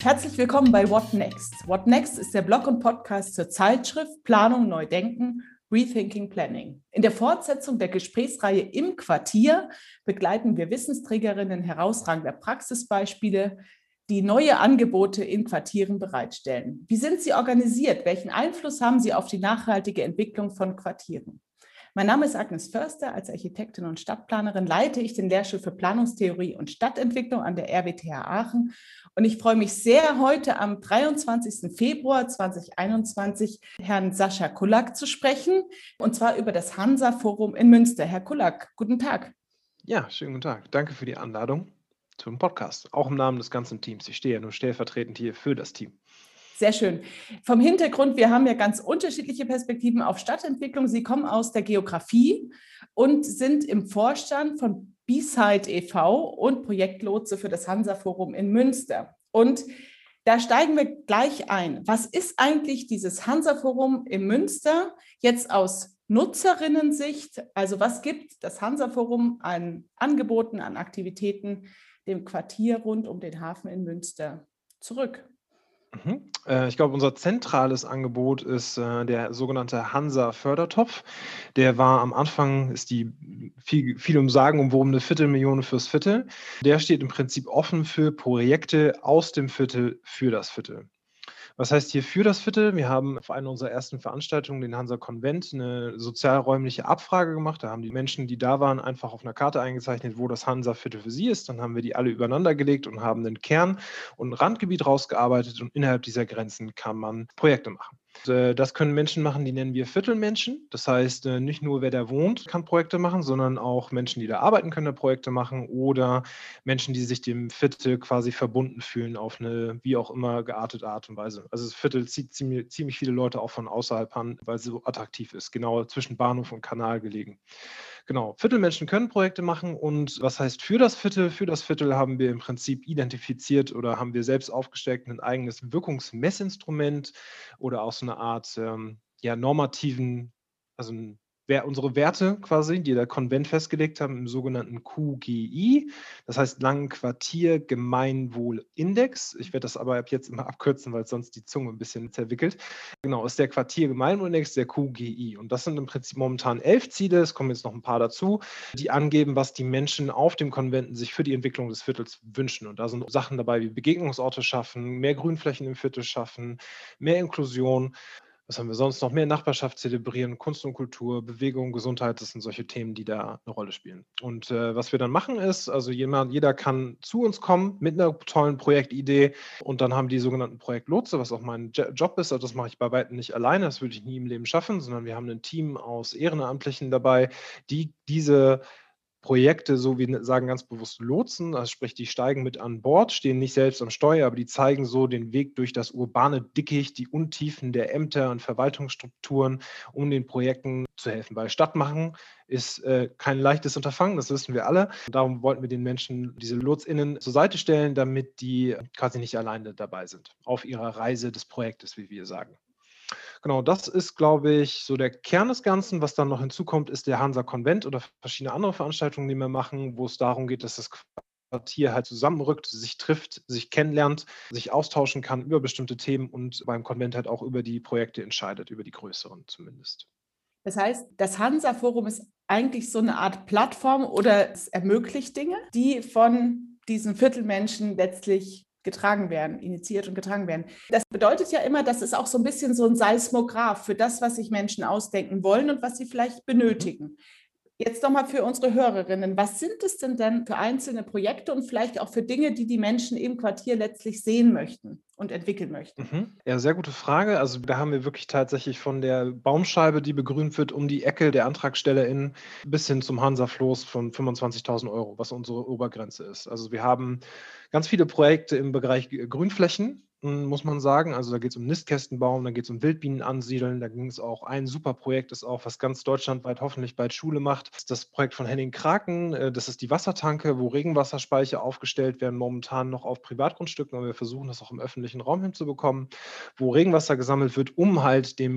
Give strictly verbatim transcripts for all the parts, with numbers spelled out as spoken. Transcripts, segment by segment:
Herzlich willkommen bei What Next? What Next ist der Blog und Podcast zur Zeitschrift Planung neu denken, Rethinking Planning. In der Fortsetzung der Gesprächsreihe Im Quartier begleiten wir Wissensträgerinnen herausragender Praxisbeispiele, die neue Angebote in Quartieren bereitstellen. Wie sind sie organisiert? Welchen Einfluss haben sie auf die nachhaltige Entwicklung von Quartieren? Mein Name ist Agnes Förster. Als Architektin und Stadtplanerin leite ich den Lehrstuhl für Planungstheorie und Stadtentwicklung an der R W T H Aachen. Und ich freue mich sehr, heute am dreiundzwanzigsten Februar zweitausendeinundzwanzig Herrn Sascha Kullak zu sprechen, und zwar über das Hansa-Forum in Münster. Herr Kullak, guten Tag. Ja, schönen guten Tag. Danke für die Einladung zum Podcast, auch im Namen des ganzen Teams. Ich stehe ja nur stellvertretend hier für das Team. Sehr schön. Vom Hintergrund, wir haben ja ganz unterschiedliche Perspektiven auf Stadtentwicklung. Sie kommen aus der Geografie und sind im Vorstand von B-Side e V und Projektlotse für das Hansa-Forum in Münster. Und da steigen wir gleich ein. Was ist eigentlich dieses Hansa-Forum in Münster jetzt aus Nutzerinnensicht? Also was gibt das Hansa-Forum an Angeboten, an Aktivitäten dem Quartier rund um den Hafen in Münster zurück? Mhm. Äh, ich glaube, unser zentrales Angebot ist äh, der sogenannte Hansa-Fördertopf. Der war am Anfang, ist die viel, viel um Sagen umwobene Viertelmillion fürs Viertel. Der steht im Prinzip offen für Projekte aus dem Viertel für das Viertel. Was heißt hier für das Viertel? Wir haben auf einer unserer ersten Veranstaltungen, den Hansa Konvent, eine sozialräumliche Abfrage gemacht. Da haben die Menschen, die da waren, einfach auf einer Karte eingezeichnet, wo das Hansa-Viertel für sie ist. Dann haben wir die alle übereinander gelegt und haben einen Kern und ein Randgebiet rausgearbeitet, und innerhalb dieser Grenzen kann man Projekte machen. Das können Menschen machen, die nennen wir Viertelmenschen. Das heißt, nicht nur wer da wohnt, kann Projekte machen, sondern auch Menschen, die da arbeiten, können da Projekte machen, oder Menschen, die sich dem Viertel quasi verbunden fühlen auf eine wie auch immer geartete Art und Weise. Also das Viertel zieht ziemlich, ziemlich viele Leute auch von außerhalb an, weil es so attraktiv ist, genau zwischen Bahnhof und Kanal gelegen. Genau, Viertelmenschen können Projekte machen. Und was heißt für das Viertel? Für das Viertel haben wir im Prinzip identifiziert oder haben wir selbst aufgestellt ein eigenes Wirkungsmessinstrument oder auch so eine Art ähm, ja, normativen, also ein, wer, unsere Werte quasi, die der Konvent festgelegt haben, im sogenannten Q G I, das heißt Langen Quartier Gemeinwohlindex. Ich werde das aber ab jetzt immer abkürzen, weil sonst die Zunge ein bisschen zerwickelt. Genau, ist der Quartier Gemeinwohlindex, der Q G I. Und das sind im Prinzip momentan elf Ziele, es kommen jetzt noch ein paar dazu, die angeben, was die Menschen auf dem Konventen sich für die Entwicklung des Viertels wünschen. Und da sind Sachen dabei wie Begegnungsorte schaffen, mehr Grünflächen im Viertel schaffen, mehr Inklusion. Was haben wir sonst noch? Mehr Nachbarschaft zelebrieren, Kunst und Kultur, Bewegung, Gesundheit, das sind solche Themen, die da eine Rolle spielen. Und äh, was wir dann machen ist, also jemand, jeder kann zu uns kommen mit einer tollen Projektidee, und dann haben die sogenannten Projektlotse, was auch mein Je- Job ist. Also das mache ich bei weitem nicht alleine, das würde ich nie im Leben schaffen, sondern wir haben ein Team aus Ehrenamtlichen dabei, die diese Projekte, so wie sagen ganz bewusst lotsen, also sprich, die steigen mit an Bord, stehen nicht selbst am Steuer, aber die zeigen so den Weg durch das urbane Dickicht, die Untiefen der Ämter und Verwaltungsstrukturen, um den Projekten zu helfen. Weil Stadtmachen ist äh, kein leichtes Unterfangen, das wissen wir alle. Darum wollten wir den Menschen diese LotsInnen zur Seite stellen, damit die quasi nicht alleine dabei sind auf ihrer Reise des Projektes, wie wir sagen. Genau, das ist, glaube ich, so der Kern des Ganzen. Was dann noch hinzukommt, ist der Hansa Konvent oder verschiedene andere Veranstaltungen, die wir machen, wo es darum geht, dass das Quartier halt zusammenrückt, sich trifft, sich kennenlernt, sich austauschen kann über bestimmte Themen und beim Konvent halt auch über die Projekte entscheidet, über die größeren zumindest. Das heißt, das Hansa-Forum ist eigentlich so eine Art Plattform oder es ermöglicht Dinge, die von diesen Viertelmenschen letztlich getragen werden, initiiert und getragen werden. Das bedeutet ja immer, dass es auch so ein bisschen so ein Seismograph für das, was sich Menschen ausdenken wollen und was sie vielleicht benötigen. Jetzt nochmal für unsere Hörerinnen, was sind es denn dann für einzelne Projekte und vielleicht auch für Dinge, die die Menschen im Quartier letztlich sehen möchten und entwickeln möchten? Mhm. Ja, sehr gute Frage. Also da haben wir wirklich tatsächlich von der Baumscheibe, die begrünt wird, um die Ecke der AntragstellerInnen bis hin zum Hansa-Floß von fünfundzwanzigtausend Euro, was unsere Obergrenze ist. Also wir haben ganz viele Projekte im Bereich Grünflächen, muss man sagen. Also da geht es um Nistkästenbauen, da geht es um Wildbienen ansiedeln, da ging es auch, ein super Projekt ist auch, was ganz deutschlandweit hoffentlich bald Schule macht, das ist das Projekt von Henning Kraken. Äh, Das ist die Wassertanke, wo Regenwasserspeicher aufgestellt werden, momentan noch auf Privatgrundstücken, aber wir versuchen das auch im öffentlichen Raum hinzubekommen, wo Regenwasser gesammelt wird, um halt dem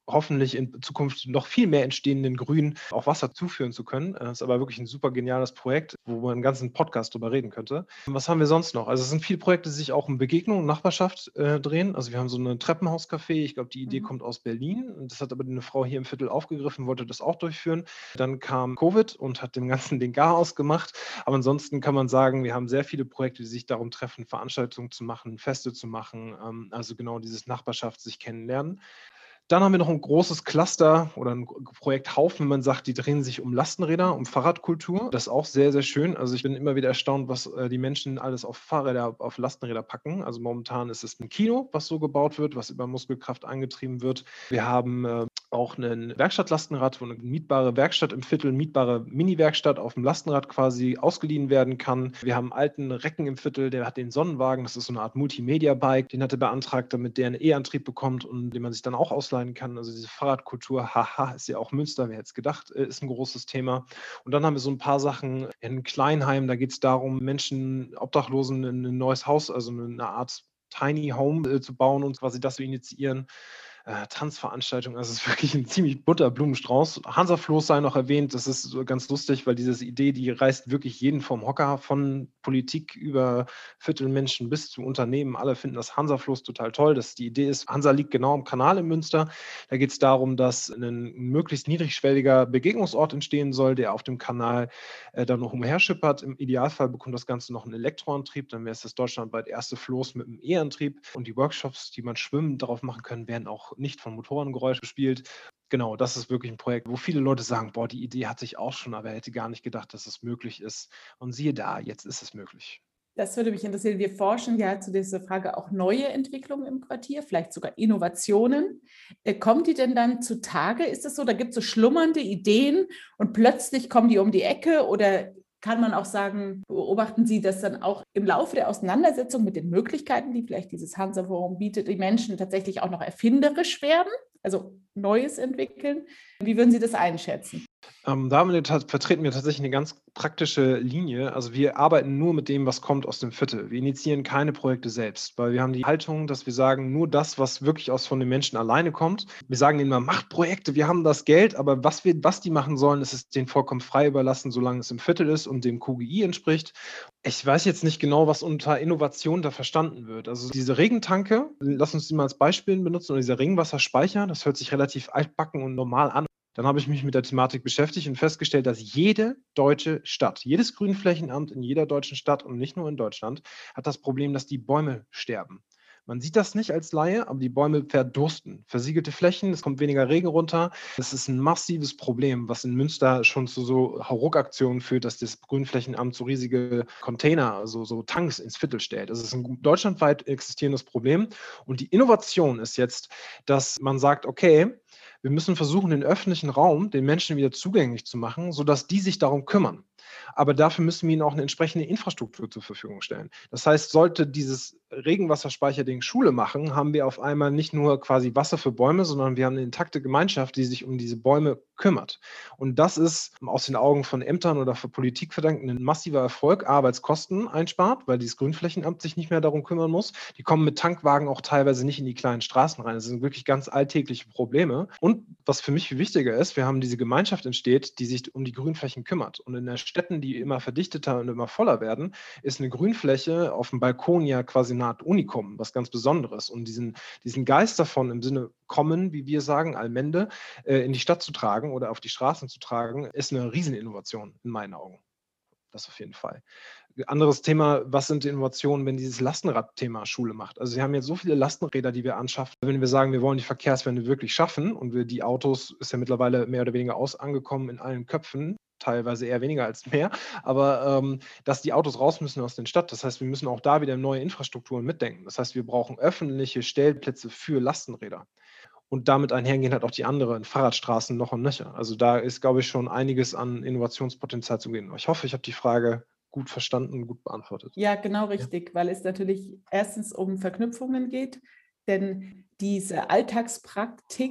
hoffentlich in Zukunft noch viel mehr entstehenden Grün auch Wasser zuführen zu können. Das ist aber wirklich ein super geniales Projekt, wo man einen ganzen Podcast drüber reden könnte. Was haben wir sonst noch? Also es sind viele Projekte, die sich auch um Begegnung und Nachbarschaft äh, drehen. Also wir haben so eine Treppenhauscafé. Ich glaube, die Idee Mhm. kommt aus Berlin. Und das hat aber eine Frau hier im Viertel aufgegriffen, wollte das auch durchführen. Dann kam Covid und hat dem Ganzen den Garaus gemacht. Aber ansonsten kann man sagen, wir haben sehr viele Projekte, die sich darum treffen, Veranstaltungen zu machen, Feste zu machen. Ähm, also genau dieses Nachbarschaft sich kennenlernen. Dann haben wir noch ein großes Cluster oder ein Projekt Haufen, wenn man sagt, die drehen sich um Lastenräder, um Fahrradkultur. Das ist auch sehr, sehr schön. Also ich bin immer wieder erstaunt, was äh, die Menschen alles auf Fahrräder, auf Lastenräder packen. Also momentan ist es ein Kino, was so gebaut wird, was über Muskelkraft angetrieben wird. Wir haben äh, auch ein Werkstattlastenrad, wo eine mietbare Werkstatt im Viertel, mietbare Mini-Werkstatt auf dem Lastenrad quasi ausgeliehen werden kann. Wir haben einen alten Recken im Viertel, der hat den Sonnenwagen, das ist so eine Art Multimedia-Bike, den hat er beantragt, damit der einen E-Antrieb bekommt und den man sich dann auch ausleihen kann. Also diese Fahrradkultur, haha, ist ja auch Münster, wer hätte es gedacht, ist ein großes Thema. Und dann haben wir so ein paar Sachen in Kleinheim, da geht es darum, Menschen, Obdachlosen in ein neues Haus, also eine Art Tiny Home äh, zu bauen und quasi das zu initiieren. Äh, Tanzveranstaltung, also es ist wirklich ein ziemlich bunter Blumenstrauß. Hansafloß sei noch erwähnt, das ist so ganz lustig, weil diese Idee, die reißt wirklich jeden vom Hocker, von Politik über Viertelmenschen bis zu Unternehmen. Alle finden das Hansafloß total toll. Das, die Idee ist, Hansa liegt genau am Kanal in Münster. Da geht es darum, dass ein möglichst niedrigschwelliger Begegnungsort entstehen soll, der auf dem Kanal äh, dann noch umherschippert. Im Idealfall bekommt das Ganze noch einen Elektroantrieb, dann wäre es das deutschlandweit erste Floß mit einem E-Antrieb. Und die Workshops, die man schwimmend darauf machen kann, werden auch nicht von Motorengeräusch gespielt. Genau, das ist wirklich ein Projekt, wo viele Leute sagen, boah, die Idee hatte ich auch schon, aber er hätte gar nicht gedacht, dass es möglich ist. Und siehe da, jetzt ist es möglich. Das würde mich interessieren. Wir forschen ja zu dieser Frage auch neue Entwicklungen im Quartier, vielleicht sogar Innovationen. Äh, kommen die denn dann zutage? Ist es so, da gibt es so schlummernde Ideen und plötzlich kommen die um die Ecke, oder kann man auch sagen, beobachten Sie, dass dann auch im Laufe der Auseinandersetzung mit den Möglichkeiten, die vielleicht dieses Hansa-Forum bietet, die Menschen tatsächlich auch noch erfinderisch werden, also Neues entwickeln? Wie würden Sie das einschätzen? Ähm, da haben wir tat- vertreten wir tatsächlich eine ganz praktische Linie. Also wir arbeiten nur mit dem, was kommt aus dem Viertel. Wir initiieren keine Projekte selbst, weil wir haben die Haltung, dass wir sagen, nur das, was wirklich aus von den Menschen alleine kommt. Wir sagen ihnen immer, macht Projekte, wir haben das Geld, aber was wir, was die machen sollen, ist es denen vollkommen frei überlassen, solange es im Viertel ist und dem Q G I entspricht. Ich weiß jetzt nicht genau, was unter Innovation da verstanden wird. Also diese Regentanke, lass uns die mal als Beispiel benutzen, oder dieser Regenwasserspeicher, das hört sich relativ altbacken und normal an. Dann habe ich mich mit der Thematik beschäftigt und festgestellt, dass jede deutsche Stadt, jedes Grünflächenamt in jeder deutschen Stadt und nicht nur in Deutschland, hat das Problem, dass die Bäume sterben. Man sieht das nicht als Laie, aber die Bäume verdursten. Versiegelte Flächen, es kommt weniger Regen runter. Das ist ein massives Problem, was in Münster schon zu so Hauruck-Aktionen führt, dass das Grünflächenamt so riesige Container, also so Tanks ins Viertel stellt. Das ist ein deutschlandweit existierendes Problem. Und die Innovation ist jetzt, dass man sagt, okay, wir müssen versuchen, den öffentlichen Raum den Menschen wieder zugänglich zu machen, sodass die sich darum kümmern. Aber dafür müssen wir ihnen auch eine entsprechende Infrastruktur zur Verfügung stellen. Das heißt, sollte dieses Regenwasserspeicherding Schule machen, haben wir auf einmal nicht nur quasi Wasser für Bäume, sondern wir haben eine intakte Gemeinschaft, die sich um diese Bäume kümmert. Und das ist aus den Augen von Ämtern oder für Politik verdankt ein massiver Erfolg, A, weil es Kosten einspart, weil dieses Grünflächenamt sich nicht mehr darum kümmern muss. Die kommen mit Tankwagen auch teilweise nicht in die kleinen Straßen rein. Das sind wirklich ganz alltägliche Probleme. Und was für mich viel wichtiger ist, wir haben diese Gemeinschaft entsteht, die sich um die Grünflächen kümmert. Und in den Städten, die immer verdichteter und immer voller werden, ist eine Grünfläche auf dem Balkon ja quasi eine Art Unikum, was ganz Besonderes. Und diesen, diesen Geist davon im Sinne kommen, wie wir sagen, Allmende, äh, in die Stadt zu tragen oder auf die Straßen zu tragen, ist eine Rieseninnovation in meinen Augen. Das auf jeden Fall. Anderes Thema, was sind die Innovationen, wenn dieses Lastenradthema Schule macht? Also Sie haben jetzt so viele Lastenräder, die wir anschaffen. Wenn wir sagen, wir wollen die Verkehrswende wirklich schaffen und wir die Autos, ist ja mittlerweile mehr oder weniger aus angekommen in allen Köpfen, teilweise eher weniger als mehr, aber ähm, dass die Autos raus müssen aus den Stadt. Das heißt, wir müssen auch da wieder neue Infrastrukturen mitdenken. Das heißt, wir brauchen öffentliche Stellplätze für Lastenräder. Und damit einhergehen halt auch die anderen Fahrradstraßen noch und nöcher. Also da ist, glaube ich, schon einiges an Innovationspotenzial zu gehen. Ich hoffe, ich habe die Frage gut verstanden, gut beantwortet. Ja, genau Ja. richtig, weil es natürlich erstens um Verknüpfungen geht, denn diese Alltagspraktik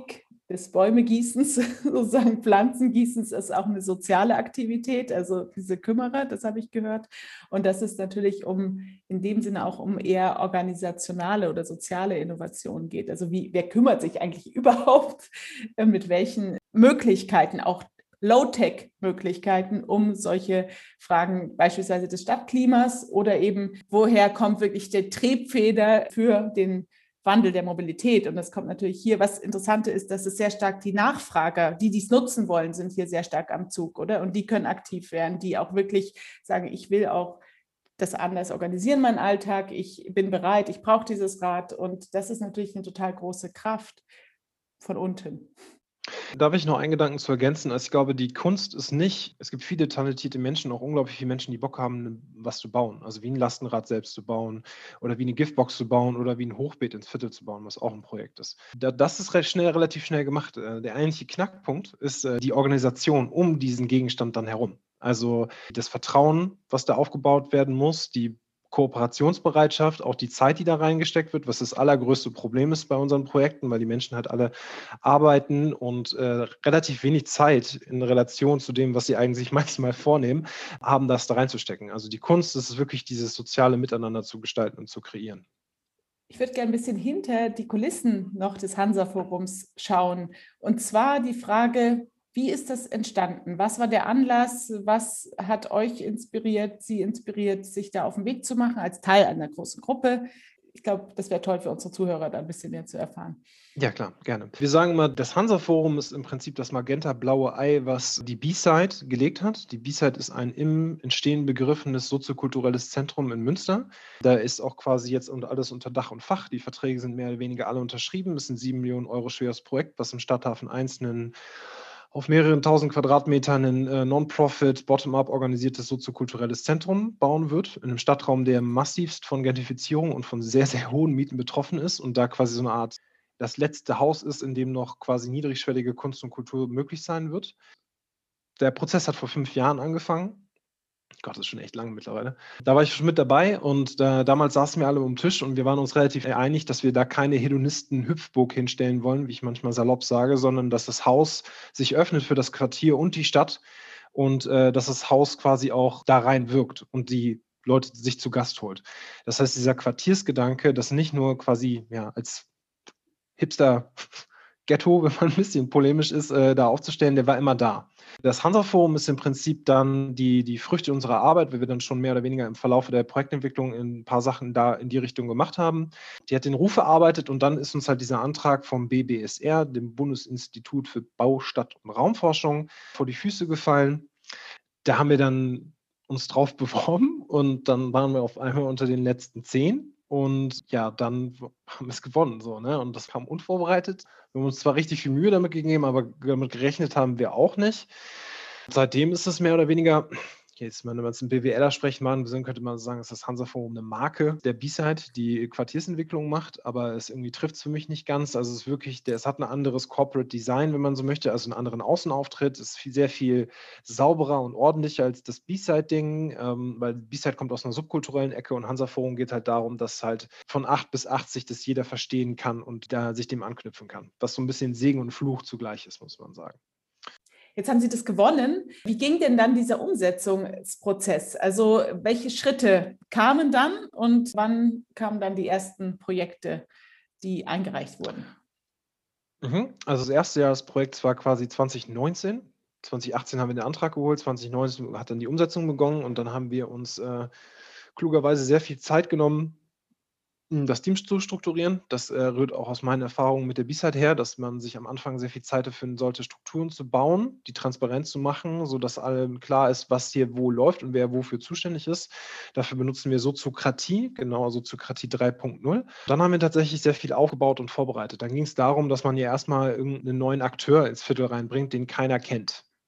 des Bäumegießens, sozusagen Pflanzengießens, ist auch eine soziale Aktivität, also diese Kümmerer, das habe ich gehört. Und das ist natürlich um, in dem Sinne auch um eher organisationale oder soziale Innovationen geht. Also wie, wer kümmert sich eigentlich überhaupt, äh, mit welchen Möglichkeiten, auch Low-Tech-Möglichkeiten, um solche Fragen beispielsweise des Stadtklimas oder eben, woher kommt wirklich die Triebfeder für den Wandel der Mobilität. Und das kommt natürlich hier. Was Interessante ist, dass es sehr stark die Nachfrager, die dies nutzen wollen, sind hier sehr stark am Zug, oder? Und die können aktiv werden, die auch wirklich sagen, ich will auch das anders organisieren, meinen Alltag, ich bin bereit, ich brauche dieses Rad. Und das ist natürlich eine total große Kraft von unten. Darf ich noch einen Gedanken zu ergänzen? Also ich glaube, die Kunst ist nicht, es gibt viele talentierte Menschen, auch unglaublich viele Menschen, die Bock haben, was zu bauen. Also wie ein Lastenrad selbst zu bauen oder wie eine Giftbox zu bauen oder wie ein Hochbeet ins Viertel zu bauen, was auch ein Projekt ist. Da, das ist recht schnell, relativ schnell gemacht. Äh, Der eigentliche Knackpunkt ist äh, die Organisation um diesen Gegenstand dann herum. Also das Vertrauen, was da aufgebaut werden muss, die Kooperationsbereitschaft, auch die Zeit, die da reingesteckt wird, was das allergrößte Problem ist bei unseren Projekten, weil die Menschen halt alle arbeiten und äh, relativ wenig Zeit in Relation zu dem, was sie eigentlich maximal vornehmen, haben, das da reinzustecken. Also die Kunst ist es wirklich, dieses soziale Miteinander zu gestalten und zu kreieren. Ich würde gerne ein bisschen hinter die Kulissen noch des Hansa-Forums schauen. Und zwar die Frage, wie ist das entstanden? Was war der Anlass? Was hat euch inspiriert, Sie inspiriert, sich da auf den Weg zu machen als Teil einer großen Gruppe? Ich glaube, das wäre toll für unsere Zuhörer, da ein bisschen mehr zu erfahren. Ja, klar, gerne. Wir sagen immer, das Hansa-Forum ist im Prinzip das magenta-blaue Ei, was die B-Side gelegt hat. Die B-Side ist ein im Entstehen begriffenes soziokulturelles Zentrum in Münster. Da ist auch quasi jetzt alles unter Dach und Fach. Die Verträge sind mehr oder weniger alle unterschrieben. Es ist ein sieben Millionen Euro schweres Projekt, was im Stadthafen eins einen auf mehreren tausend Quadratmetern ein äh, Non-Profit, bottom-up organisiertes soziokulturelles Zentrum bauen wird, in einem Stadtraum, der massivst von Gentrifizierung und von sehr, sehr hohen Mieten betroffen ist und da quasi so eine Art das letzte Haus ist, in dem noch quasi niedrigschwellige Kunst und Kultur möglich sein wird. Der Prozess hat vor fünf Jahren angefangen. Gott, das ist schon echt lang mittlerweile. Da war ich schon mit dabei und äh, damals saßen wir alle um den Tisch und wir waren uns relativ einig, dass wir da keine Hedonisten-Hüpfburg hinstellen wollen, wie ich manchmal salopp sage, sondern dass das Haus sich öffnet für das Quartier und die Stadt und äh, dass das Haus quasi auch da rein wirkt und die Leute sich zu Gast holt. Das heißt, dieser Quartiersgedanke, das nicht nur quasi ja, als Hipster-Ghetto, wenn man ein bisschen polemisch ist, äh, da aufzustellen, der war immer da. Das Hansa-Forum ist im Prinzip dann die, die Früchte unserer Arbeit, weil wir dann schon mehr oder weniger im Verlauf der Projektentwicklung ein paar Sachen da in die Richtung gemacht haben. Die hat den Ruf erarbeitet und dann ist uns halt dieser Antrag vom B B S R, dem Bundesinstitut für Bau, Stadt- und Raumforschung, vor die Füße gefallen. Da haben wir dann uns drauf beworben und dann waren wir auf einmal unter den letzten zehn. Und ja, dann haben wir es gewonnen. So, ne? Und das kam unvorbereitet. Wir haben uns zwar richtig viel Mühe damit gegeben, aber damit gerechnet haben wir auch nicht. Seitdem ist es mehr oder weniger, jetzt, wenn wir jetzt einen B W Ler sprechen machen, könnte man sagen, dass das Hansa-Forum eine Marke der B-Side, die Quartiersentwicklung macht, aber es irgendwie trifft es für mich nicht ganz. Also es ist wirklich, der, es hat ein anderes Corporate Design, wenn man so möchte, also einen anderen Außenauftritt. Es ist viel, sehr viel sauberer und ordentlicher als das B-Side-Ding, ähm, weil B-Side kommt aus einer subkulturellen Ecke und Hansa-Forum geht halt darum, dass halt von acht bis achtzig das jeder verstehen kann und da sich dem anknüpfen kann. Was so ein bisschen Segen und Fluch zugleich ist, muss man sagen. Jetzt haben Sie das gewonnen. Wie ging denn dann dieser Umsetzungsprozess? Also welche Schritte kamen dann und wann kamen dann die ersten Projekte, die eingereicht wurden? Mhm. Also das erste Jahr des Projekts war quasi zwanzig neunzehn. zwanzig achtzehn haben wir den Antrag geholt, zwanzig neunzehn hat dann die Umsetzung begonnen und dann haben wir uns äh, klugerweise sehr viel Zeit genommen, das Team zu strukturieren. Das äh, rührt auch aus meinen Erfahrungen mit der B-Side her, dass man sich am Anfang sehr viel Zeit dafür finden sollte, Strukturen zu bauen, die transparent zu machen, sodass allen klar ist, was hier wo läuft und wer wofür zuständig ist. Dafür benutzen wir Soziokratie, genau, Soziokratie drei Punkt null. Dann haben wir tatsächlich sehr viel aufgebaut und vorbereitet. Dann ging es darum, dass man ja erstmal irgendeinen neuen Akteur ins Viertel reinbringt, den keiner kennt.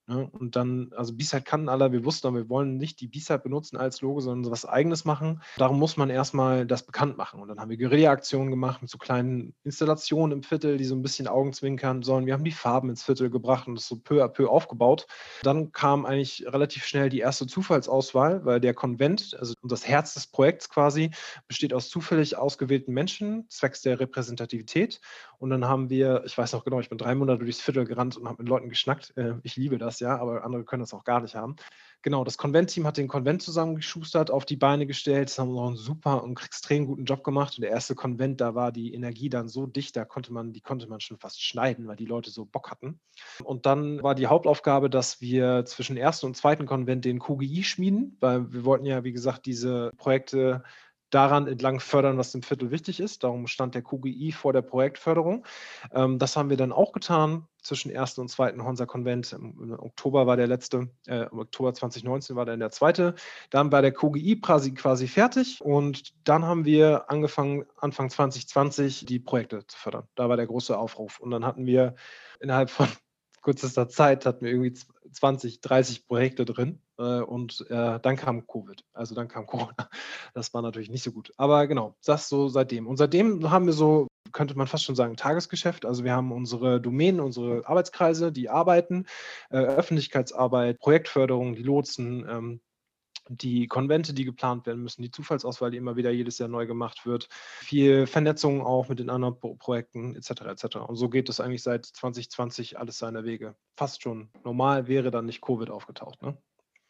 Ne? Und dann, also B-Side kannten alle, wir wussten aber, wir wollen nicht die B-Side benutzen als Logo, sondern so was Eigenes machen. Darum muss man erstmal das bekannt machen. Und dann haben wir Guerilla-Aktionen gemacht mit so kleinen Installationen im Viertel, die so ein bisschen augenzwinkern sollen. Wir haben die Farben ins Viertel gebracht und das so peu à peu aufgebaut. Dann kam eigentlich relativ schnell die erste Zufallsauswahl, weil der Konvent, also das Herz des Projekts quasi, besteht aus zufällig ausgewählten Menschen, zwecks der Repräsentativität. Und dann haben wir, ich weiß noch genau, ich bin drei Monate durchs Viertel gerannt und habe mit Leuten geschnackt. Äh, Ich liebe das, ja, aber andere können das auch gar nicht haben. Genau, das Konventteam hat den Konvent zusammengeschustert, auf die Beine gestellt. Das haben wir auch einen super und extrem guten Job gemacht. Und der erste Konvent, da war die Energie dann so dicht, da konnte man, die konnte man schon fast schneiden, weil die Leute so Bock hatten. Und dann war die Hauptaufgabe, dass wir zwischen ersten und zweiten Konvent den Q G I schmieden, weil wir wollten ja, wie gesagt, diese Projekte daran entlang fördern, was dem Viertel wichtig ist. Darum stand der Q G I vor der Projektförderung. Ähm, das haben wir dann auch getan zwischen ersten und zweiten Honsa-Konvent. Im, Im Oktober war der letzte, äh, im Oktober zwanzig neunzehn war dann der zweite. Dann war der Q G I quasi, quasi fertig und dann haben wir angefangen, Anfang zwanzig zwanzig die Projekte zu fördern. Da war der große Aufruf. Und dann hatten wir innerhalb von kürzester Zeit hatten wir irgendwie zwanzig, dreißig Projekte drin äh, und äh, dann kam Covid, also dann kam Corona. Das war natürlich nicht so gut. Aber genau, das so seitdem. Und seitdem haben wir so, könnte man fast schon sagen, Tagesgeschäft. Also wir haben unsere Domänen, unsere Arbeitskreise, die arbeiten, äh, Öffentlichkeitsarbeit, Projektförderung, die Lotsen, ähm, die Konvente, die geplant werden müssen, die Zufallsauswahl, die immer wieder jedes Jahr neu gemacht wird, viel Vernetzung auch mit den anderen Pro Projekten et cetera et cetera. Und so geht es eigentlich seit zwanzig zwanzig alles seiner Wege. Fast schon normal wäre dann nicht Covid aufgetaucht. Ne?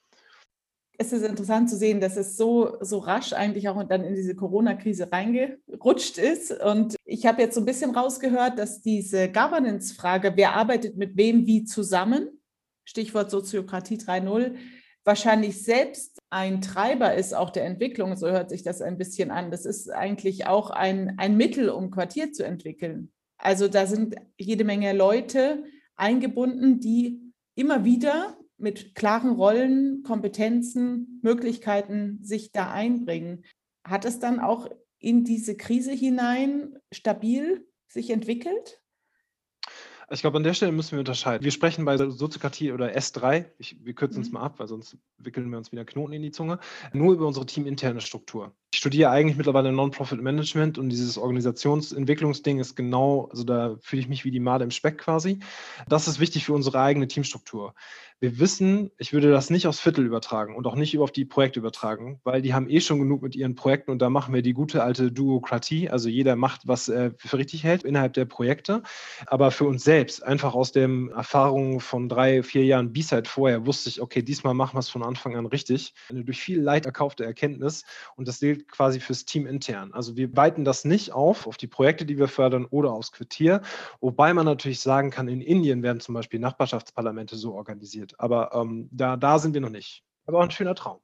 Es ist interessant zu sehen, dass es so, so rasch eigentlich auch dann in diese Corona-Krise reingerutscht ist. Und ich habe jetzt so ein bisschen rausgehört, dass diese Governance-Frage, wer arbeitet mit wem wie zusammen, Stichwort Soziokratie drei Punkt null, wahrscheinlich selbst ein Treiber ist auch der Entwicklung, so hört sich das ein bisschen an. Das ist eigentlich auch ein, ein Mittel, um Quartier zu entwickeln. Also da sind jede Menge Leute eingebunden, die immer wieder mit klaren Rollen, Kompetenzen, Möglichkeiten sich da einbringen. Hat es dann auch in diese Krise hinein stabil sich entwickelt? Ich glaube, an der Stelle müssen wir unterscheiden. Wir sprechen bei Soziokratie oder S drei, ich, wir kürzen es Mhm. mal ab, weil sonst wickeln wir uns wieder Knoten in die Zunge, nur über unsere teaminterne Struktur. Ich studiere eigentlich mittlerweile Non-Profit-Management und dieses Organisationsentwicklungsding ist genau, also da fühle ich mich wie die Made im Speck quasi. Das ist wichtig für unsere eigene Teamstruktur. Wir wissen, ich würde das nicht aufs Viertel übertragen und auch nicht auf die Projekte übertragen, weil die haben eh schon genug mit ihren Projekten und da machen wir die gute alte Duokratie, also jeder macht, was er für richtig hält innerhalb der Projekte. Aber für uns selbst, einfach aus den Erfahrungen von drei, vier Jahren B-Side vorher, wusste ich, okay, diesmal machen wir es von Anfang an richtig. Eine durch viel Leid erkaufte Erkenntnis und das gilt quasi fürs Team intern. Also wir weiten das nicht auf, auf die Projekte, die wir fördern oder aufs Quartier, wobei man natürlich sagen kann, in Indien werden zum Beispiel Nachbarschaftsparlamente so organisiert. Aber ähm, da, da sind wir noch nicht. Aber auch ein schöner Traum.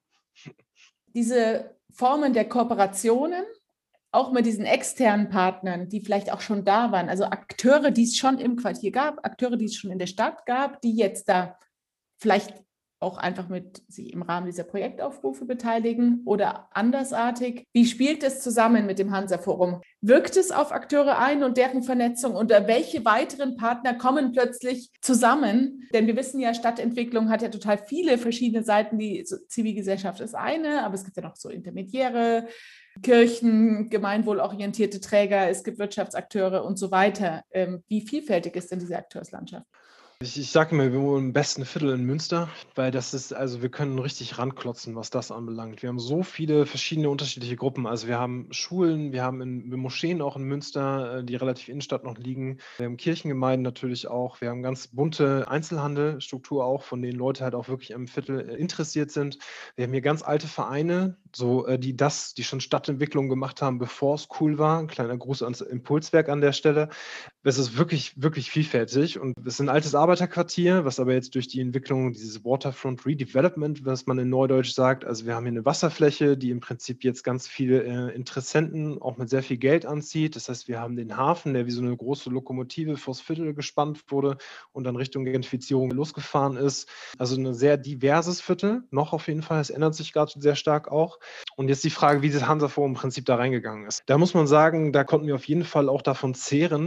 Diese Formen der Kooperationen, auch mit diesen externen Partnern, die vielleicht auch schon da waren, also Akteure, die es schon im Quartier gab, Akteure, die es schon in der Stadt gab, die jetzt da vielleicht auch einfach mit sich im Rahmen dieser Projektaufrufe beteiligen oder andersartig. Wie spielt es zusammen mit dem Hansa-Forum? Wirkt es auf Akteure ein und deren Vernetzung? Und welche weiteren Partner kommen plötzlich zusammen? Denn wir wissen ja, Stadtentwicklung hat ja total viele verschiedene Seiten. Die Zivilgesellschaft ist eine, aber es gibt ja noch so Intermediäre, Kirchen, gemeinwohlorientierte Träger, es gibt Wirtschaftsakteure und so weiter. Wie vielfältig ist denn diese Akteurslandschaft? Ich, ich sage immer, wir wohnen im besten Viertel in Münster, weil das ist, also wir können richtig ranklotzen, was das anbelangt. Wir haben so viele verschiedene unterschiedliche Gruppen. Also wir haben Schulen, wir haben in, Moscheen auch in Münster, äh, die relativ Innenstadt noch liegen. Wir haben Kirchengemeinden natürlich auch. Wir haben ganz bunte Einzelhandelstruktur auch, von denen Leute halt auch wirklich am Viertel äh, interessiert sind. Wir haben hier ganz alte Vereine, so äh, die das, die schon Stadtentwicklung gemacht haben, bevor es cool war. Ein kleiner Gruß ans Impulswerk an der Stelle. Es ist wirklich, wirklich vielfältig und es ist ein altes Arbeiterquartier, was aber jetzt durch die Entwicklung dieses Waterfront Redevelopment, was man in Neudeutsch sagt, also wir haben hier eine Wasserfläche, die im Prinzip jetzt ganz viele äh, Interessenten auch mit sehr viel Geld anzieht. Das heißt, wir haben den Hafen, der wie so eine große Lokomotive vors Viertel gespannt wurde und dann Richtung Gentrifizierung losgefahren ist. Also ein sehr diverses Viertel, noch auf jeden Fall. Es ändert sich gerade sehr stark auch. Und jetzt die Frage, wie das Hansa-Forum im Prinzip da reingegangen ist. Da muss man sagen, da konnten wir auf jeden Fall auch davon zehren, dass wir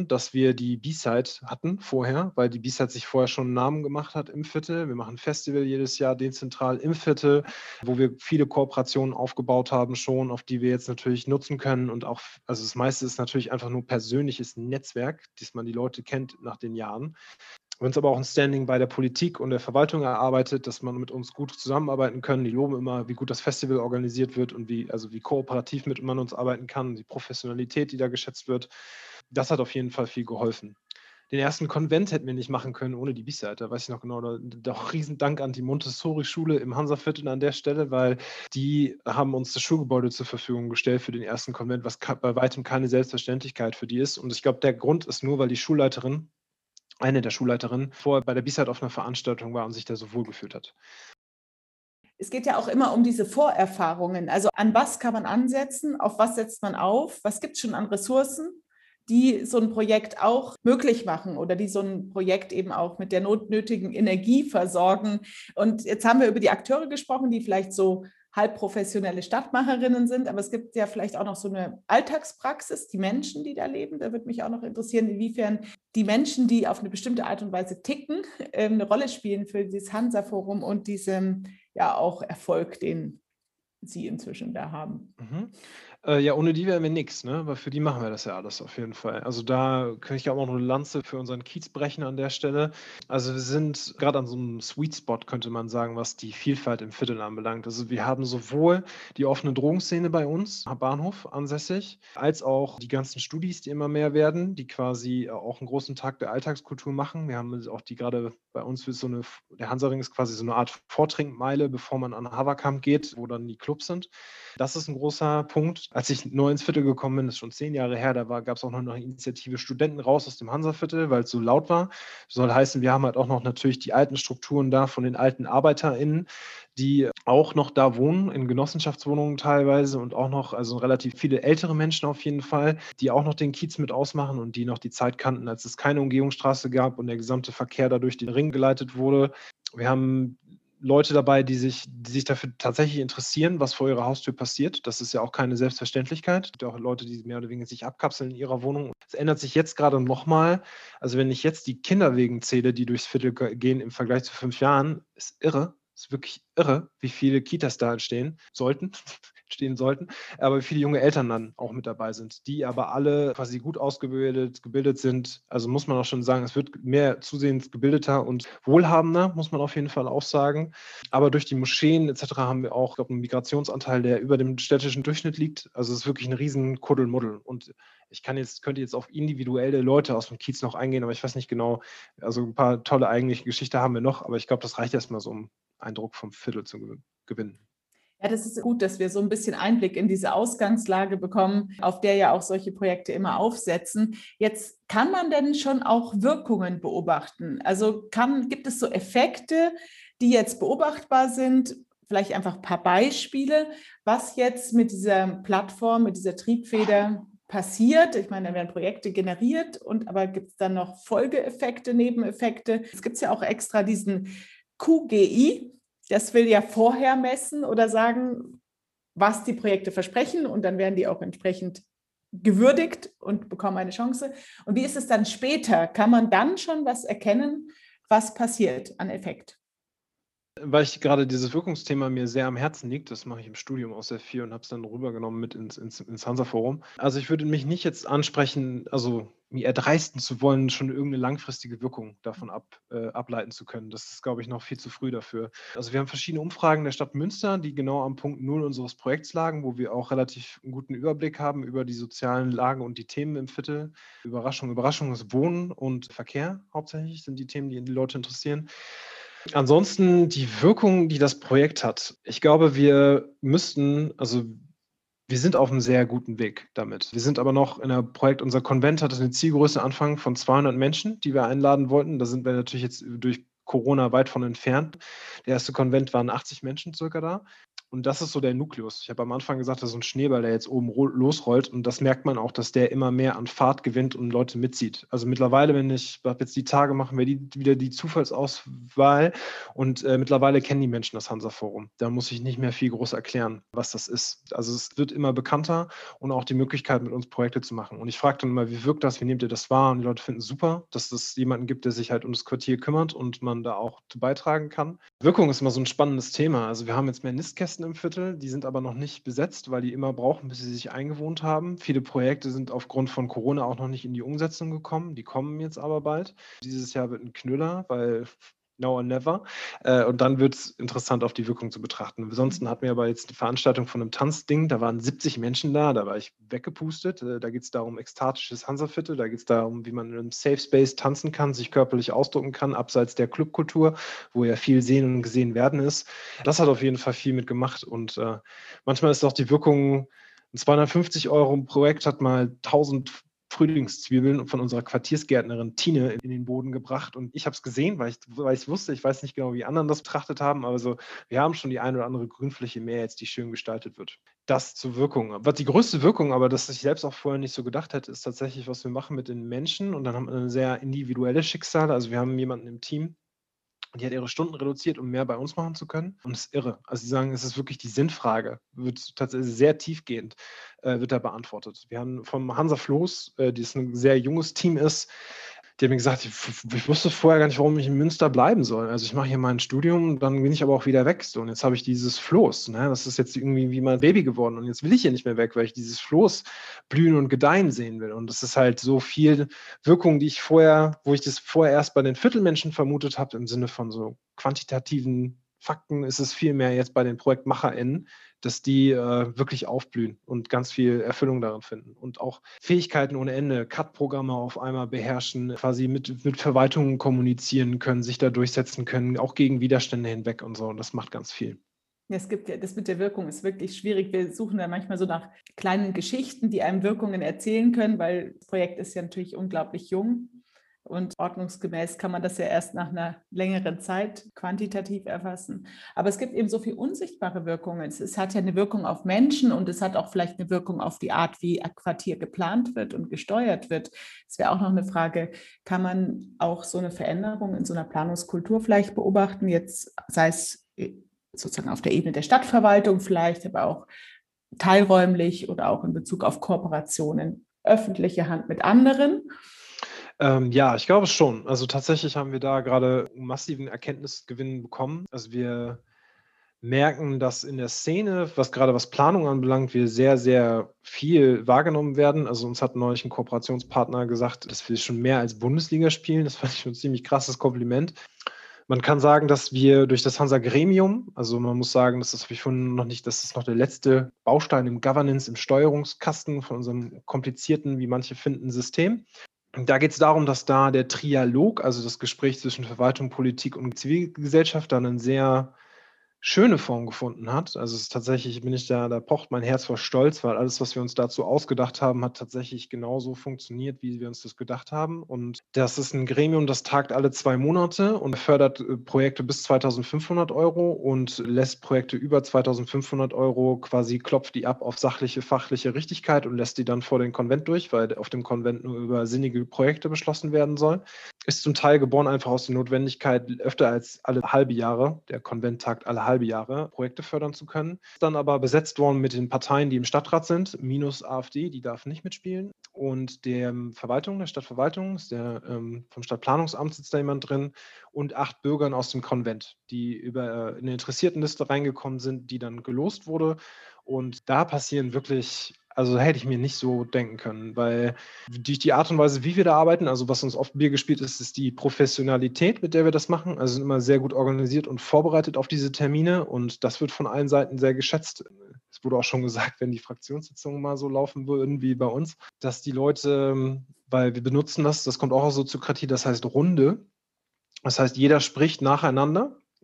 wir die B-Side hatten vorher, weil die B-Side sich vorher schon einen Namen gemacht hat im Viertel. Wir machen ein Festival jedes Jahr dezentral im Viertel, wo wir viele Kooperationen aufgebaut haben schon, auf die wir jetzt natürlich nutzen können. Und auch, also das meiste ist natürlich einfach nur persönliches Netzwerk, dass man die Leute kennt nach den Jahren. Wir haben uns aber auch ein Standing bei der Politik und der Verwaltung erarbeitet, dass man mit uns gut zusammenarbeiten können. Die loben immer, wie gut das Festival organisiert wird und wie, also wie kooperativ mit man uns arbeiten kann, die Professionalität, die da geschätzt wird. Das hat auf jeden Fall viel geholfen. Den ersten Konvent hätten wir nicht machen können ohne die B-Side. Da weiß ich noch genau, da, da auch riesen Dank an die Montessori-Schule im Hansaviertel an der Stelle, weil die haben uns das Schulgebäude zur Verfügung gestellt für den ersten Konvent, was bei weitem keine Selbstverständlichkeit für die ist. Und ich glaube, der Grund ist nur, weil die Schulleiterin, eine der Schulleiterinnen, vorher bei der B-Side auf einer Veranstaltung war und sich da so wohl gefühlt hat. Es geht ja auch immer um diese Vorerfahrungen. Also an was kann man ansetzen, auf was setzt man auf, was gibt es schon an Ressourcen, die so ein Projekt auch möglich machen oder die so ein Projekt eben auch mit der notnötigen Energie versorgen. Und jetzt haben wir über die Akteure gesprochen, die vielleicht so halbprofessionelle Stadtmacherinnen sind, aber es gibt ja vielleicht auch noch so eine Alltagspraxis, die Menschen, die da leben. Da würde mich auch noch interessieren, inwiefern die Menschen, die auf eine bestimmte Art und Weise ticken, eine Rolle spielen für dieses Hansa-Forum und diesen ja auch Erfolg, den Sie inzwischen da haben. Mhm. Äh, ja, ohne die wären wir nichts, ne? Weil für die machen wir das ja alles auf jeden Fall. Also da kann ich auch noch eine Lanze für unseren Kiez brechen an der Stelle. Also wir sind gerade an so einem Sweet Spot, könnte man sagen, was die Vielfalt im Viertel anbelangt. Also wir haben sowohl die offene Drogenszene bei uns am Bahnhof ansässig, als auch die ganzen Studis, die immer mehr werden, die quasi auch einen großen Tag der Alltagskultur machen. Wir haben auch die gerade bei uns ist so eine, der Hansaring ist quasi so eine Art Vortrinkmeile, bevor man an Haverkamp geht, wo dann die Clubs sind. Das ist ein großer Punkt. Als ich neu ins Viertel gekommen bin, das ist schon zehn Jahre her, da gab es auch noch eine Initiative Studenten raus aus dem Hansaviertel, weil es so laut war. Soll heißen, wir haben halt auch noch natürlich die alten Strukturen da von den alten ArbeiterInnen, die auch noch da wohnen, in Genossenschaftswohnungen teilweise und auch noch, also relativ viele ältere Menschen auf jeden Fall, die auch noch den Kiez mit ausmachen und die noch die Zeit kannten, als es keine Umgehungsstraße gab und der gesamte Verkehr dadurch den Ring geleitet wurde. Wir haben Leute dabei, die sich, die sich dafür tatsächlich interessieren, was vor ihrer Haustür passiert. Das ist ja auch keine Selbstverständlichkeit. Es gibt auch Leute, die mehr oder weniger sich abkapseln in ihrer Wohnung. Es ändert sich jetzt gerade nochmal. Also wenn ich jetzt die Kinderwegen zähle, die durchs Viertel gehen im Vergleich zu fünf Jahren, ist irre. Ist wirklich irre, wie viele Kitas da entstehen sollten, stehen sollten, aber wie viele junge Eltern dann auch mit dabei sind, die aber alle quasi gut ausgebildet, gebildet sind. Also muss man auch schon sagen, es wird mehr zusehends gebildeter und wohlhabender, muss man auf jeden Fall auch sagen. Aber durch die Moscheen et cetera haben wir auch, ich glaube, einen Migrationsanteil, der über dem städtischen Durchschnitt liegt. Also es ist wirklich ein riesen Kuddelmuddel. Und ich kann jetzt, könnte jetzt auf individuelle Leute aus dem Kiez noch eingehen, aber ich weiß nicht genau, also ein paar tolle eigentliche Geschichten haben wir noch, aber ich glaube, das reicht erstmal so, um Eindruck vom Viertel zu gewinnen. Ja, das ist gut, dass wir so ein bisschen Einblick in diese Ausgangslage bekommen, auf der ja auch solche Projekte immer aufsetzen. Jetzt kann man denn schon auch Wirkungen beobachten? Also kann, gibt es so Effekte, die jetzt beobachtbar sind? Vielleicht einfach ein paar Beispiele, was jetzt mit dieser Plattform, mit dieser Triebfeder passiert. Ich meine, da werden Projekte generiert und aber gibt es dann noch Folgeeffekte, Nebeneffekte? Es gibt ja auch extra diesen Q G I, das will ja vorher messen oder sagen, was die Projekte versprechen und dann werden die auch entsprechend gewürdigt und bekommen eine Chance. Und wie ist es dann später? Kann man dann schon was erkennen, was passiert an Effekt? Weil ich gerade dieses Wirkungsthema mir sehr am Herzen liegt, das mache ich im Studium auch sehr viel und habe es dann rübergenommen mit ins, ins, ins Hansa-Forum. Also ich würde mich nicht jetzt ansprechen, also mir erdreisten zu wollen, schon irgendeine langfristige Wirkung davon ab, äh, ableiten zu können. Das ist, glaube ich, noch viel zu früh dafür. Also wir haben verschiedene Umfragen der Stadt Münster, die genau am Punkt Null unseres Projekts lagen, wo wir auch relativ einen guten Überblick haben über die sozialen Lagen und die Themen im Viertel. Überraschung, Überraschung ist Wohnen und Verkehr hauptsächlich, sind die Themen, die die Leute interessieren. Ansonsten die Wirkung, die das Projekt hat. Ich glaube, wir müssten, also wir sind auf einem sehr guten Weg damit. Wir sind aber noch in einem Projekt, unser Konvent hatte eine Zielgröße Anfang von zweihundert Menschen, die wir einladen wollten. Da sind wir natürlich jetzt durch Corona weit von entfernt. Der erste Konvent waren achtzig Menschen circa da. Und das ist so der Nukleus. Ich habe am Anfang gesagt, das ist so ein Schneeball, der jetzt oben ro- losrollt. Und das merkt man auch, dass der immer mehr an Fahrt gewinnt und Leute mitzieht. Also mittlerweile, wenn ich, hab jetzt die Tage, machen wir die, wieder die Zufallsauswahl. Und äh, mittlerweile kennen die Menschen das Hansa-Forum. Da muss ich nicht mehr viel groß erklären, was das ist. Also es wird immer bekannter und auch die Möglichkeit, mit uns Projekte zu machen. Und ich frage dann immer, wie wirkt das, wie nehmt ihr das wahr? Und die Leute finden es super, dass es jemanden gibt, der sich halt um das Quartier kümmert und man da auch zu beitragen kann. Wirkung ist immer so ein spannendes Thema. Also wir haben jetzt mehr Nistkästen im Viertel, die sind aber noch nicht besetzt, weil die immer brauchen, bis sie sich eingewohnt haben. Viele Projekte sind aufgrund von Corona auch noch nicht in die Umsetzung gekommen. Die kommen jetzt aber bald. Dieses Jahr wird ein Knüller, weil now or never. Äh, und dann wird es interessant, auf die Wirkung zu betrachten. Ansonsten hatten wir aber jetzt die Veranstaltung von einem Tanzding, da waren siebzig Menschen da, da war ich weggepustet. Äh, da geht es darum, ekstatisches Hansa-Viertel, da geht es darum, wie man in einem Safe Space tanzen kann, sich körperlich ausdrücken kann, abseits der Clubkultur, wo ja viel sehen und gesehen werden ist. Das hat auf jeden Fall viel mitgemacht und äh, manchmal ist auch die Wirkung, ein zweihundertfünfzig Euro Projekt hat mal tausend Frühlingszwiebeln von unserer Quartiersgärtnerin Tine in den Boden gebracht. Und ich habe es gesehen, weil ich weil ich wusste, ich weiß nicht genau, wie anderen das betrachtet haben, aber so, wir haben schon die eine oder andere Grünfläche mehr jetzt, die schön gestaltet wird. Das zur Wirkung. Was die größte Wirkung, aber das ich selbst auch vorher nicht so gedacht hätte, ist tatsächlich, was wir machen mit den Menschen. Und dann haben wir eine sehr individuelle Schicksale. Also wir haben jemanden im Team, die hat ihre Stunden reduziert, um mehr bei uns machen zu können. Und es ist irre. Also sie sagen, es ist wirklich die Sinnfrage, wird tatsächlich sehr tiefgehend, äh, wird da beantwortet. Wir haben vom Hansa Floß, äh, die ein sehr junges Team ist, die haben mir gesagt, ich, ich wusste vorher gar nicht, warum ich in Münster bleiben soll. Also ich mache hier mein Studium, dann bin ich aber auch wieder weg. So. Und jetzt habe ich dieses Floß. Ne? Das ist jetzt irgendwie wie mein Baby geworden. Und jetzt will ich hier nicht mehr weg, weil ich dieses Floß blühen und gedeihen sehen will. Und das ist halt so viel Wirkung, die ich vorher, wo ich das vorher erst bei den Viertelmenschen vermutet habe, im Sinne von so quantitativen Fakten, ist es viel mehr jetzt bei den ProjektmacherInnen, dass die äh, wirklich aufblühen und ganz viel Erfüllung darin finden und auch Fähigkeiten ohne Ende, C A D-Programme auf einmal beherrschen, quasi mit, mit Verwaltungen kommunizieren können, sich da durchsetzen können, auch gegen Widerstände hinweg und so. Und das macht ganz viel. Ja, es gibt ja, das mit der Wirkung ist wirklich schwierig. Wir suchen da manchmal so nach kleinen Geschichten, die einem Wirkungen erzählen können, weil das Projekt ist ja natürlich unglaublich jung. Und ordnungsgemäß kann man das ja erst nach einer längeren Zeit quantitativ erfassen. Aber es gibt eben so viele unsichtbare Wirkungen. Es, es hat ja eine Wirkung auf Menschen und es hat auch vielleicht eine Wirkung auf die Art, wie ein Quartier geplant wird und gesteuert wird. Es wäre auch noch eine Frage, kann man auch so eine Veränderung in so einer Planungskultur vielleicht beobachten, jetzt sei es sozusagen auf der Ebene der Stadtverwaltung vielleicht, aber auch teilräumlich oder auch in Bezug auf Kooperationen, öffentliche Hand mit anderen? Ähm, ja, ich glaube schon. Also tatsächlich haben wir da gerade massiven Erkenntnisgewinn bekommen. Also wir merken, dass in der Szene, was gerade was Planung anbelangt, wir sehr, sehr viel wahrgenommen werden. Also uns hat neulich ein Kooperationspartner gesagt, dass wir schon mehr als Bundesliga spielen. Das fand ich schon ein ziemlich krasses Kompliment. Man kann sagen, dass wir durch das Hansa-Gremium, also man muss sagen, das habe ich vorhin noch nicht, das ist noch der letzte Baustein im Governance, im Steuerungskasten von unserem komplizierten, wie manche finden, System. Da geht es darum, dass da der Trialog, also das Gespräch zwischen Verwaltung, Politik und Zivilgesellschaft, dann eine sehr schöne Form gefunden hat. Also es ist tatsächlich, bin ich da, da pocht mein Herz vor Stolz, weil alles, was wir uns dazu ausgedacht haben, hat tatsächlich genauso funktioniert, wie wir uns das gedacht haben. Und das ist ein Gremium, das tagt alle zwei Monate und fördert äh, Projekte bis zweitausendfünfhundert Euro und lässt Projekte über zweitausendfünfhundert Euro quasi, klopft die ab auf sachliche, fachliche Richtigkeit und lässt die dann vor den Konvent durch, weil auf dem Konvent nur über sinnige Projekte beschlossen werden soll. Ist zum Teil geboren einfach aus der Notwendigkeit, öfter als alle halbe Jahre, der Konvent tagt alle halbe Jahre, Projekte fördern zu können. Ist dann aber besetzt worden mit den Parteien, die im Stadtrat sind, minus AfD, die darf nicht mitspielen. Und der Verwaltung, der Stadtverwaltung, ist der, ähm, vom Stadtplanungsamt sitzt da jemand drin und acht Bürgern aus dem Konvent, die über äh, eine Interessiertenliste reingekommen sind, die dann gelost wurde. Und da passieren wirklich, also hätte ich mir nicht so denken können, weil durch die Art und Weise, wie wir da arbeiten, also was uns oft Bier gespielt ist, ist die Professionalität, mit der wir das machen. Also sind immer sehr gut organisiert und vorbereitet auf diese Termine und das wird von allen Seiten sehr geschätzt. Es wurde auch schon gesagt, wenn die Fraktionssitzungen mal so laufen würden wie bei uns, dass die Leute, weil wir benutzen das, das kommt auch aus Soziokratie, das heißt Runde. Das heißt, jeder spricht nacheinander.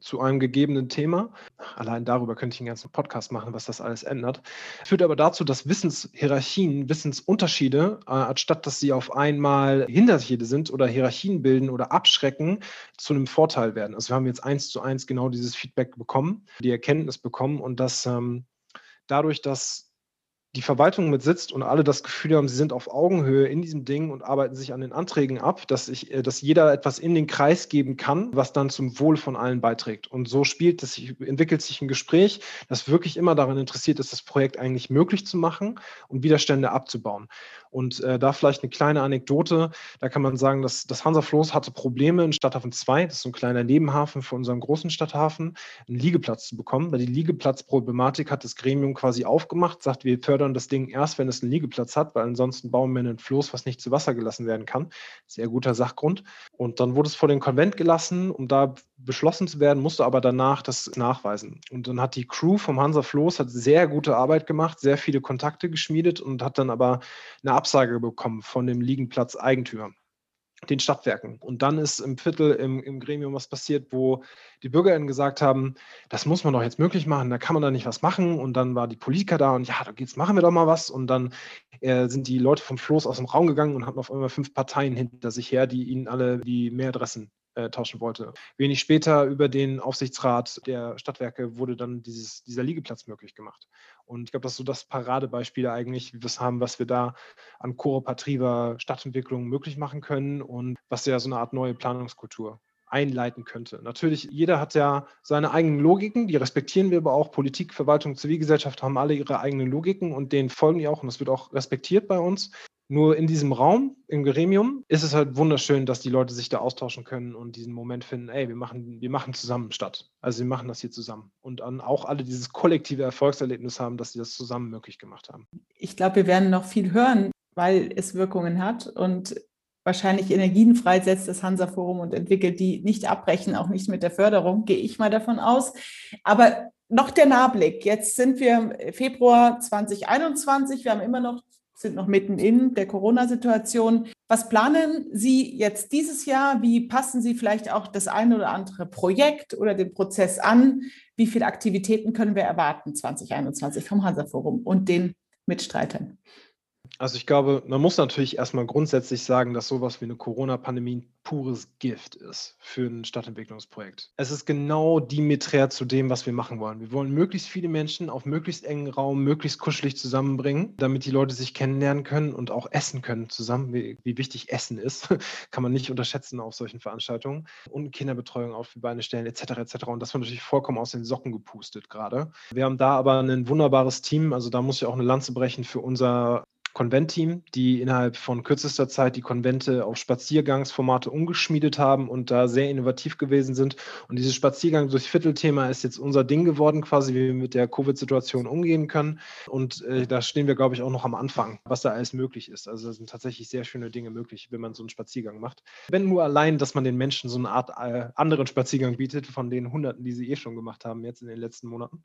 zu einem gegebenen Thema. Allein darüber könnte ich einen ganzen Podcast machen, was das alles ändert. Führt aber dazu, dass Wissenshierarchien, Wissensunterschiede, äh, anstatt dass sie auf einmal Hinterschiede sind oder Hierarchien bilden oder abschrecken, zu einem Vorteil werden. Also wir haben jetzt eins zu eins genau dieses Feedback bekommen, die Erkenntnis bekommen und dass ähm, dadurch, dass die Verwaltung mit sitzt und alle das Gefühl haben, sie sind auf Augenhöhe in diesem Ding und arbeiten sich an den Anträgen ab, dass, ich, dass jeder etwas in den Kreis geben kann, was dann zum Wohl von allen beiträgt. Und so spielt es, entwickelt sich ein Gespräch, das wirklich immer daran interessiert ist, das Projekt eigentlich möglich zu machen und Widerstände abzubauen. Und äh, da vielleicht eine kleine Anekdote, da kann man sagen, dass das Hansa Floß hatte Probleme in Stadthafen zwei, das ist so ein kleiner Nebenhafen für unseren großen Stadthafen, einen Liegeplatz zu bekommen, weil die Liegeplatzproblematik hat das Gremium quasi aufgemacht, sagt, wir fördern das Ding erst, wenn es einen Liegeplatz hat, weil ansonsten bauen wir einen Floß, was nicht zu Wasser gelassen werden kann. Sehr guter Sachgrund. Und dann wurde es vor den Konvent gelassen, um da beschlossen zu werden, musste aber danach das nachweisen. Und dann hat die Crew vom Hansa Floß hat sehr gute Arbeit gemacht, sehr viele Kontakte geschmiedet und hat dann aber eine Absage bekommen von dem Liegenplatz-Eigentümer, den Stadtwerken. Und dann ist im Viertel im, im Gremium was passiert, wo die BürgerInnen gesagt haben, das muss man doch jetzt möglich machen, da kann man da nicht was machen. Und dann war die Politiker da und ja, jetzt machen wir doch mal was. Und dann äh, sind die Leute vom Floß aus dem Raum gegangen und hatten auf einmal fünf Parteien hinter sich her, die ihnen alle die Mailadressen äh, tauschen wollte. Wenig später über den Aufsichtsrat der Stadtwerke wurde dann dieses, dieser Liegeplatz möglich gemacht. Und ich glaube, das ist so das Paradebeispiel eigentlich, wie wir es haben, was wir da an kooperativer Stadtentwicklung möglich machen können und was ja so eine Art neue Planungskultur einleiten könnte. Natürlich, jeder hat ja seine eigenen Logiken, die respektieren wir aber auch. Politik, Verwaltung, Zivilgesellschaft haben alle ihre eigenen Logiken und denen folgen die auch und das wird auch respektiert bei uns. Nur in diesem Raum, im Gremium, ist es halt wunderschön, dass die Leute sich da austauschen können und diesen Moment finden, ey, wir machen, wir machen zusammen statt. Also wir machen das hier zusammen. Und dann auch alle dieses kollektive Erfolgserlebnis haben, dass sie das zusammen möglich gemacht haben. Ich glaube, wir werden noch viel hören, weil es Wirkungen hat und wahrscheinlich Energien freisetzt, das Hansa-Forum, und entwickelt, die nicht abbrechen, auch nicht mit der Förderung, gehe ich mal davon aus. Aber noch der Nahblick. Jetzt sind wir im Februar zwanzig einundzwanzig. Wir haben immer noch, sind noch mitten in der Corona-Situation. Was planen Sie jetzt dieses Jahr? Wie passen Sie vielleicht auch das ein oder andere Projekt oder den Prozess an? Wie viele Aktivitäten können wir erwarten zwanzig einundzwanzig vom Hansa-Forum und den Mitstreitern? Also ich glaube, man muss natürlich erstmal grundsätzlich sagen, dass sowas wie eine Corona-Pandemie ein pures Gift ist für ein Stadtentwicklungsprojekt. Es ist genau diameträr zu dem, was wir machen wollen. Wir wollen möglichst viele Menschen auf möglichst engen Raum, möglichst kuschelig zusammenbringen, damit die Leute sich kennenlernen können und auch essen können zusammen. Wie, wie wichtig Essen ist, kann man nicht unterschätzen auf solchen Veranstaltungen. Und Kinderbetreuung auf die Beine stellen, et cetera et cetera. Und das wird natürlich vollkommen aus den Socken gepustet gerade. Wir haben da aber ein wunderbares Team. Also da muss ich auch eine Lanze brechen für unser Konventteam, die innerhalb von kürzester Zeit die Konvente auf Spaziergangsformate umgeschmiedet haben und da sehr innovativ gewesen sind. Und dieses Spaziergang durch Viertelthema ist jetzt unser Ding geworden, quasi, wie wir mit der Covid-Situation umgehen können. Und äh, da stehen wir, glaube ich, auch noch am Anfang, was da alles möglich ist. Also da sind tatsächlich sehr schöne Dinge möglich, wenn man so einen Spaziergang macht. Wenn nur allein, dass man den Menschen so eine Art äh, anderen Spaziergang bietet, von den Hunderten, die sie eh schon gemacht haben jetzt in den letzten Monaten.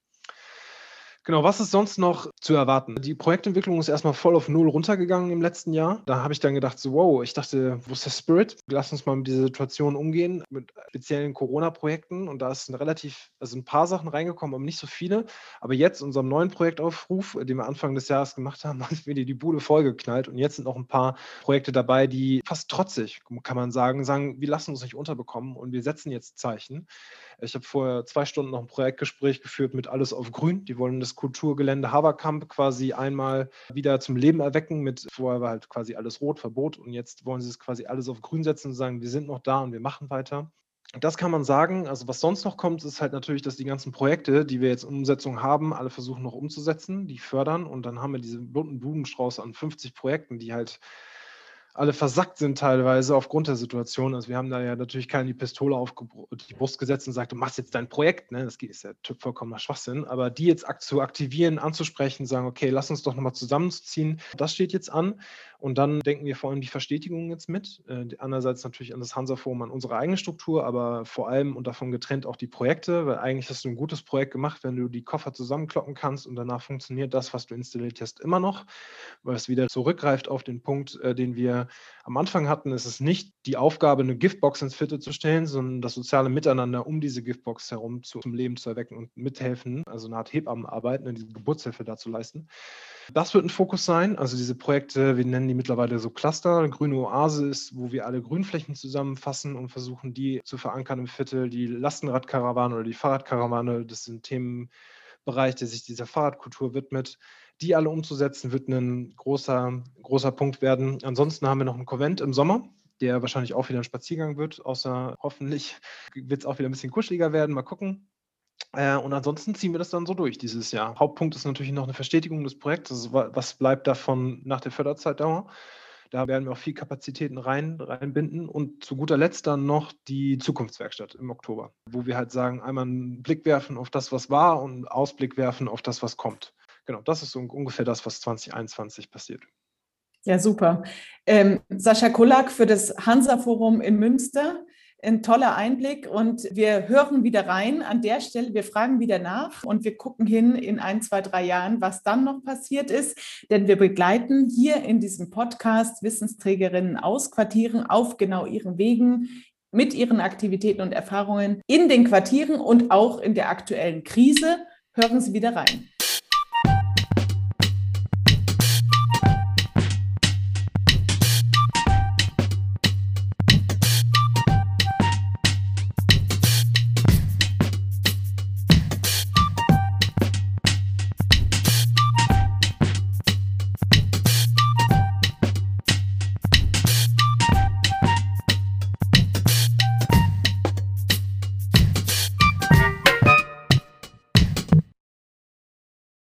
Genau, was ist sonst noch zu erwarten? Die Projektentwicklung ist erstmal voll auf Null runtergegangen im letzten Jahr. Da habe ich dann gedacht, so wow, ich dachte, wo ist der Spirit? Lass uns mal mit dieser Situation umgehen, mit speziellen Corona-Projekten. Und da ist ein relativ, also ein paar Sachen reingekommen, aber nicht so viele. Aber jetzt, unserem neuen Projektaufruf, den wir Anfang des Jahres gemacht haben, hat mir die Bude vollgeknallt. Und jetzt sind noch ein paar Projekte dabei, die fast trotzig, kann man sagen, sagen, wir lassen uns nicht unterbekommen und wir setzen jetzt Zeichen. Ich habe vor zwei Stunden noch ein Projektgespräch geführt mit Alles auf Grün. Die wollen das Kulturgelände Haverkamp quasi einmal wieder zum Leben erwecken. Mit vorher war halt quasi alles rot, Verbot. Und jetzt wollen sie es quasi alles auf Grün setzen und sagen, wir sind noch da und wir machen weiter. Das kann man sagen. Also was sonst noch kommt, ist halt natürlich, dass die ganzen Projekte, die wir jetzt in Umsetzung haben, alle versuchen noch umzusetzen, die fördern. Und dann haben wir diesen bunten Blumenstrauß an fünfzig Projekten, die halt alle versackt sind teilweise aufgrund der Situation. Also wir haben da ja natürlich keinen die Pistole auf die Brust gesetzt und sagt, du machst jetzt dein Projekt, ne? Das ist ja vollkommener Schwachsinn. Aber die jetzt zu aktivieren, anzusprechen, sagen, okay, lass uns doch nochmal zusammenziehen, das steht jetzt an. Und dann denken wir vor allem die Verstetigungen jetzt mit. Äh, einerseits natürlich an das Hansa-Forum, an unsere eigene Struktur, aber vor allem und davon getrennt auch die Projekte, weil eigentlich hast du ein gutes Projekt gemacht, wenn du die Koffer zusammenkloppen kannst und danach funktioniert das, was du installiert hast, immer noch, weil es wieder zurückgreift auf den Punkt, äh, den wir am Anfang hatten. Es ist nicht die Aufgabe, eine Giftbox ins Viertel zu stellen, sondern das soziale Miteinander um diese Giftbox herum zu, zum Leben zu erwecken und mithelfen, also eine Art Hebammenarbeit, ne, diese Geburtshilfe da zu leisten. Das wird ein Fokus sein, also diese Projekte, wir nennen die mittlerweile so Cluster. Eine grüne Oase ist, wo wir alle Grünflächen zusammenfassen und versuchen, die zu verankern im Viertel. Die Lastenradkarawane oder die Fahrradkarawane, das ist ein Themenbereich, der sich dieser Fahrradkultur widmet. Die alle umzusetzen, wird ein großer, großer Punkt werden. Ansonsten haben wir noch einen Konvent im Sommer, der wahrscheinlich auch wieder ein Spaziergang wird, außer hoffentlich wird es auch wieder ein bisschen kuscheliger werden. Mal gucken. Äh, und ansonsten ziehen wir das dann so durch dieses Jahr. Hauptpunkt ist natürlich noch eine Verstetigung des Projektes. Was bleibt davon nach der Förderzeitdauer? Da werden wir auch viel Kapazitäten rein, reinbinden. Und zu guter Letzt dann noch die Zukunftswerkstatt im Oktober, wo wir halt sagen, einmal einen Blick werfen auf das, was war und einen Ausblick werfen auf das, was kommt. Genau, das ist so ungefähr das, was zwanzig einundzwanzig passiert. Ja, super. Ähm, Sascha Kullak für das Hansa-Forum in Münster. Ein toller Einblick und wir hören wieder rein an der Stelle, wir fragen wieder nach und wir gucken hin in ein, zwei, drei Jahren, was dann noch passiert ist, denn wir begleiten hier in diesem Podcast Wissensträgerinnen aus Quartieren auf genau ihren Wegen mit ihren Aktivitäten und Erfahrungen in den Quartieren und auch in der aktuellen Krise. Hören Sie wieder rein.